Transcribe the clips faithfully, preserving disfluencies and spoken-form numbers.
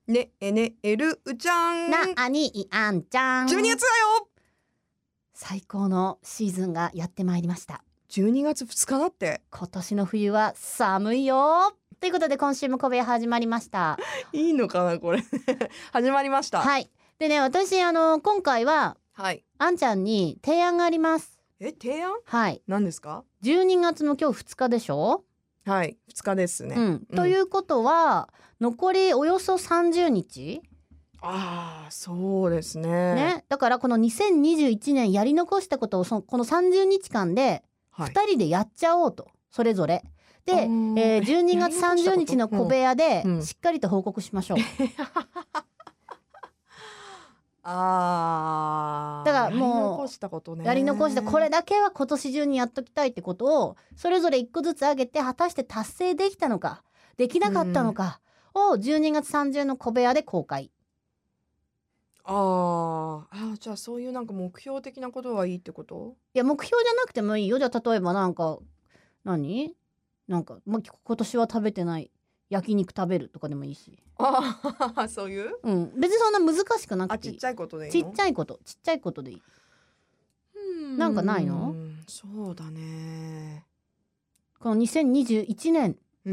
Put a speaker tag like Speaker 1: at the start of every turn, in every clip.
Speaker 1: ねえねえるうちゃん。
Speaker 2: なあにいあんちゃん。
Speaker 1: じゅうにがつだよ。
Speaker 2: 最高のシーズンがやってまいりました。
Speaker 1: じゅうにがつふつかだって。
Speaker 2: 今年の冬は寒いよということで、今週も小部屋始まりました。
Speaker 1: いいのかなこれ始まりました。
Speaker 2: はい。でね、私あの今回は、
Speaker 1: はい、
Speaker 2: あんちゃんに提案があります。
Speaker 1: え、提案？
Speaker 2: はい。
Speaker 1: 何ですか？
Speaker 2: じゅうにがつの今日ふつかでしょ。
Speaker 1: はい、ふつかですね。
Speaker 2: うん、ということは残りおよそさんじゅうにち。
Speaker 1: ああ、そうですね。
Speaker 2: ね、だからこのにせんにじゅういちねんやり残したことをそこのさんじゅうにちかんでふたりでやっちゃおうと、それぞれで、えー、じゅうにがつさんじゅうにちの小部屋でしっかりと報告しましょう、うん、
Speaker 1: あー、
Speaker 2: だからもう
Speaker 1: やり残したことね。
Speaker 2: やり残したこれだけは今年中にやっときたいってことをそれぞれいっこずつ挙げて、果たして達成できたのかできなかったのかをじゅうにがつさんじゅうの小部屋で公開。
Speaker 1: あーあー、じゃあそういうなんか目標的なことがいいってこと？
Speaker 2: いや目標じゃなくてもいいよ。じゃあ例えばなんか何なんか、ま、今年は食べてない焼肉食べるとかでもいいし。
Speaker 1: ああ、そういう、
Speaker 2: うん、別にそんな難しくなくていい。
Speaker 1: あ、ちっちゃいことでいいの？
Speaker 2: ちっちゃいことちっちゃいことでいい。
Speaker 1: うん
Speaker 2: なんかないの？
Speaker 1: そうだね。
Speaker 2: このにせんにじゅういちねん、
Speaker 1: うん、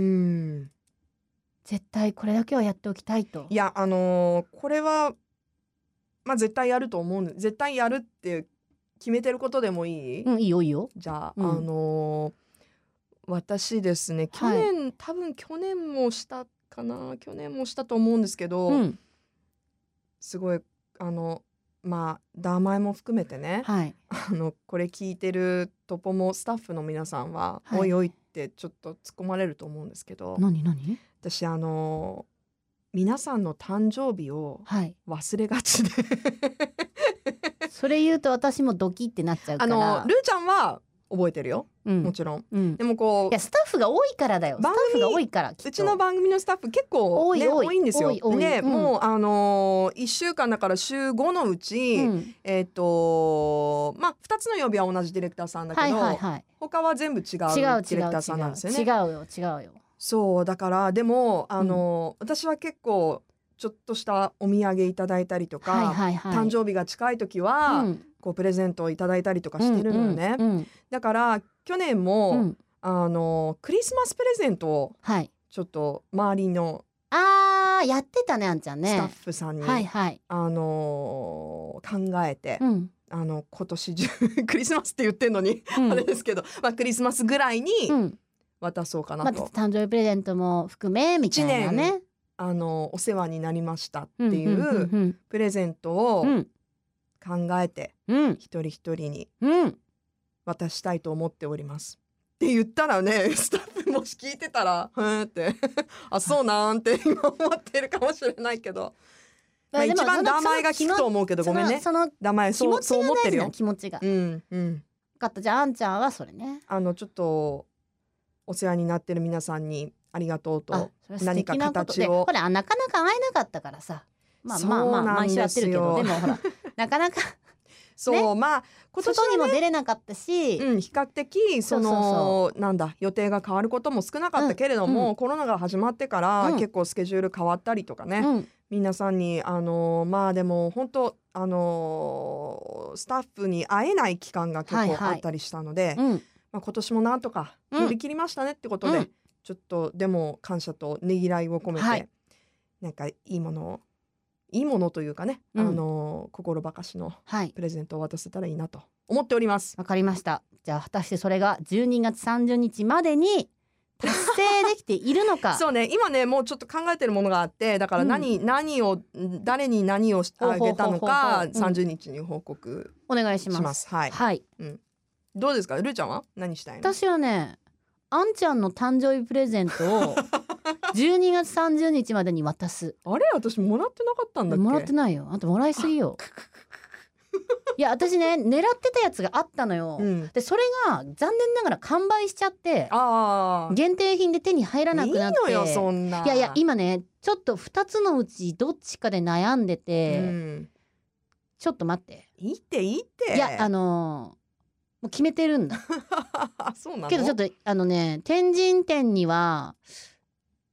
Speaker 2: 絶対これだけはやっておきたいと。
Speaker 1: いや、あのー、これはまあ絶対やると思うんで、絶対やるって決めてることでもいい？
Speaker 2: うん、いいよいいよ。
Speaker 1: じゃあ、
Speaker 2: うん、
Speaker 1: あのー、私ですね、去年、はい、多分去年もしたかな去年もしたと思うんですけど、うん、すごいあのまあダーマイも含めてね、はい、あのこれ聞いてるトポモスタッフの皆さんは、はい、おいおいってちょっと突っ込まれると思うんですけど、
Speaker 2: 何何？
Speaker 1: 私あの皆さんの誕生日を忘れがちで、はい、
Speaker 2: それ言うと私もドキってなっちゃうから。
Speaker 1: あのルーちゃんは覚えてるよ、うん、もちろん、うん、でもこう
Speaker 2: いやスタッフが多いからだよ。スタッフが多いから
Speaker 1: うちの番組のスタッフ結構、ね、多い多いんですよ。で、うん、もうあのー、いっしゅうかんだから週ごのうち、うん、えっ、ー、とまあふたつの曜日は同じディレクターさんだけど、はいはいはい、他は全部違うディレクターさんなんですよね。
Speaker 2: 違う違う違うよ違うよ。
Speaker 1: そうだからでもあの、うん、私は結構ちょっとしたお土産いただいたりとか、はいはいはい、誕生日が近い時は、うん、こうプレゼントをいただいたりとかしてるのよね、うんうんうん、だから去年も、うん、あのクリスマスプレゼントをちょっと周りの、
Speaker 2: はい、あーやってたねあんちゃんね、
Speaker 1: スタッフさんに、はいはい、あのー、考えて、うん、あの今年中クリスマスって言ってんのに、うん、あれですけど、まあ、クリスマスぐらいに渡そうかなと、
Speaker 2: まあ、誕生日プレゼントも含めみたいなね、いちねん
Speaker 1: あのお世話になりましたっていうプレゼントを考えて、うん、一人一人に渡したいと思っておりますって言ったらね、スタッフもし聞いてたらふーんってあそうなんって今思ってるかもしれないけど、まあ、一番名前が聞くと思うけどごめんね、
Speaker 2: その
Speaker 1: 名前そうそう思ってるよ、
Speaker 2: 気持ちが、
Speaker 1: うんうん、分
Speaker 2: かった。じゃああんちゃんはそれね、
Speaker 1: あのちょっとお世話になってる皆さんにありがとうと、何か形を、
Speaker 2: ほらなかなか会えなかったからさ、まあまあまあ毎週やってるけど、でもほらなかなか
Speaker 1: そう、ね、まあ今年は、ね、
Speaker 2: 外にも出れなかったし、
Speaker 1: うん、比較的そのそうそうそうなんだ予定が変わることも少なかったけれども、うん、コロナが始まってから、うん、結構スケジュール変わったりとかね、うん、皆さんにあのまあでも本当あのスタッフに会えない期間が結構あったりしたので、はいはい、うん、まあ、今年もなんとか乗り切りましたねってことで、うん、ちょっとでも感謝とねぎらいを込めて、はい、なんかいいものをいいものというかね、うん、あの心ばかしのプレゼントを渡せたらいいなと思っております。
Speaker 2: わかりました。じゃあ果たしてそれがじゅうにがつさんじゅうにちまでに達成できているのか
Speaker 1: そうね、今ねもうちょっと考えてるものがあって、だから何、うん、何を誰に何をあげたのかさんじゅうにちに報告
Speaker 2: お願いします。
Speaker 1: します。はい、はい、うん、どうですか、ルーちゃんは何したいの？
Speaker 2: 私はね、あんちゃんの誕生日プレゼントをじゅうにがつさんじゅうにちまでに渡す。
Speaker 1: あれ、私もらってなかったんだっけ？
Speaker 2: もらってないよ。あんたもらいすぎよいや私ね狙ってたやつがあったのよ、うん、でそれが残念ながら完売しちゃって、あ限定品で手に入らなくなって、
Speaker 1: いいのよそんな。
Speaker 2: いやいや今ねちょっとふたつのうちどっちかで悩んでて、うん、ちょっと待って、
Speaker 1: いいっていいって、
Speaker 2: いやあのーもう決めてるんだそうなの？けどちょっとあのね天神店には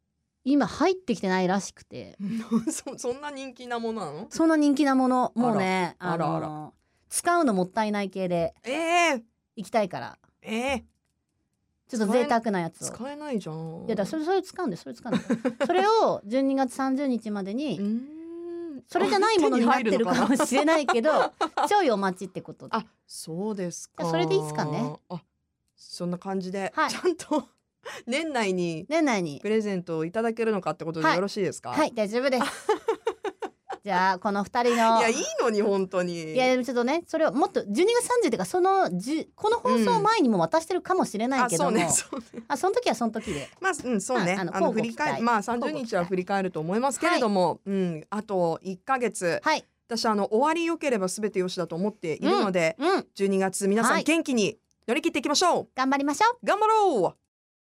Speaker 2: 今入ってきてないらしくて
Speaker 1: そ, そんな人気なものなの？
Speaker 2: そんな人気なものもうね
Speaker 1: あらあらあら
Speaker 2: 使うのもったいない系で行きたいから、
Speaker 1: えー、えー、
Speaker 2: ちょっと贅沢なやつを
Speaker 1: 使えないじゃん。
Speaker 2: いやだそれそれ使うんでそれ使うんでそれをじゅうにがつさんじゅうにちまでにそれじゃないものになってるかもしれないけどちょいお待ちってことで。
Speaker 1: あ、そうですか。
Speaker 2: それでいいですかね。
Speaker 1: あ、そんな感じで、
Speaker 2: はい、
Speaker 1: ちゃんと年内に
Speaker 2: 年内に
Speaker 1: プレゼントをいただけるのかってことでよろしいですか？
Speaker 2: はい、はい、大丈夫ですじゃあこのふたりのい
Speaker 1: やいいのに本当に
Speaker 2: いやちょっとねそれをもっとじゅうにがつさんじゅうっていうかそのじこの放送前にも渡してるかもしれないけども、うん、あ そ, うね そ, うねあその時はその時で
Speaker 1: まあうんそうね、あのあの振り返まあさんじゅうにちは振り返ると思いますけれども、はい、うんあといっかげつ、はい、私あの終わり良ければ全てよしだと思っているので、うんうん、じゅうにがつ皆さん元気に乗り切っていきましょう、はい、
Speaker 2: 頑張りましょう
Speaker 1: 頑張ろう。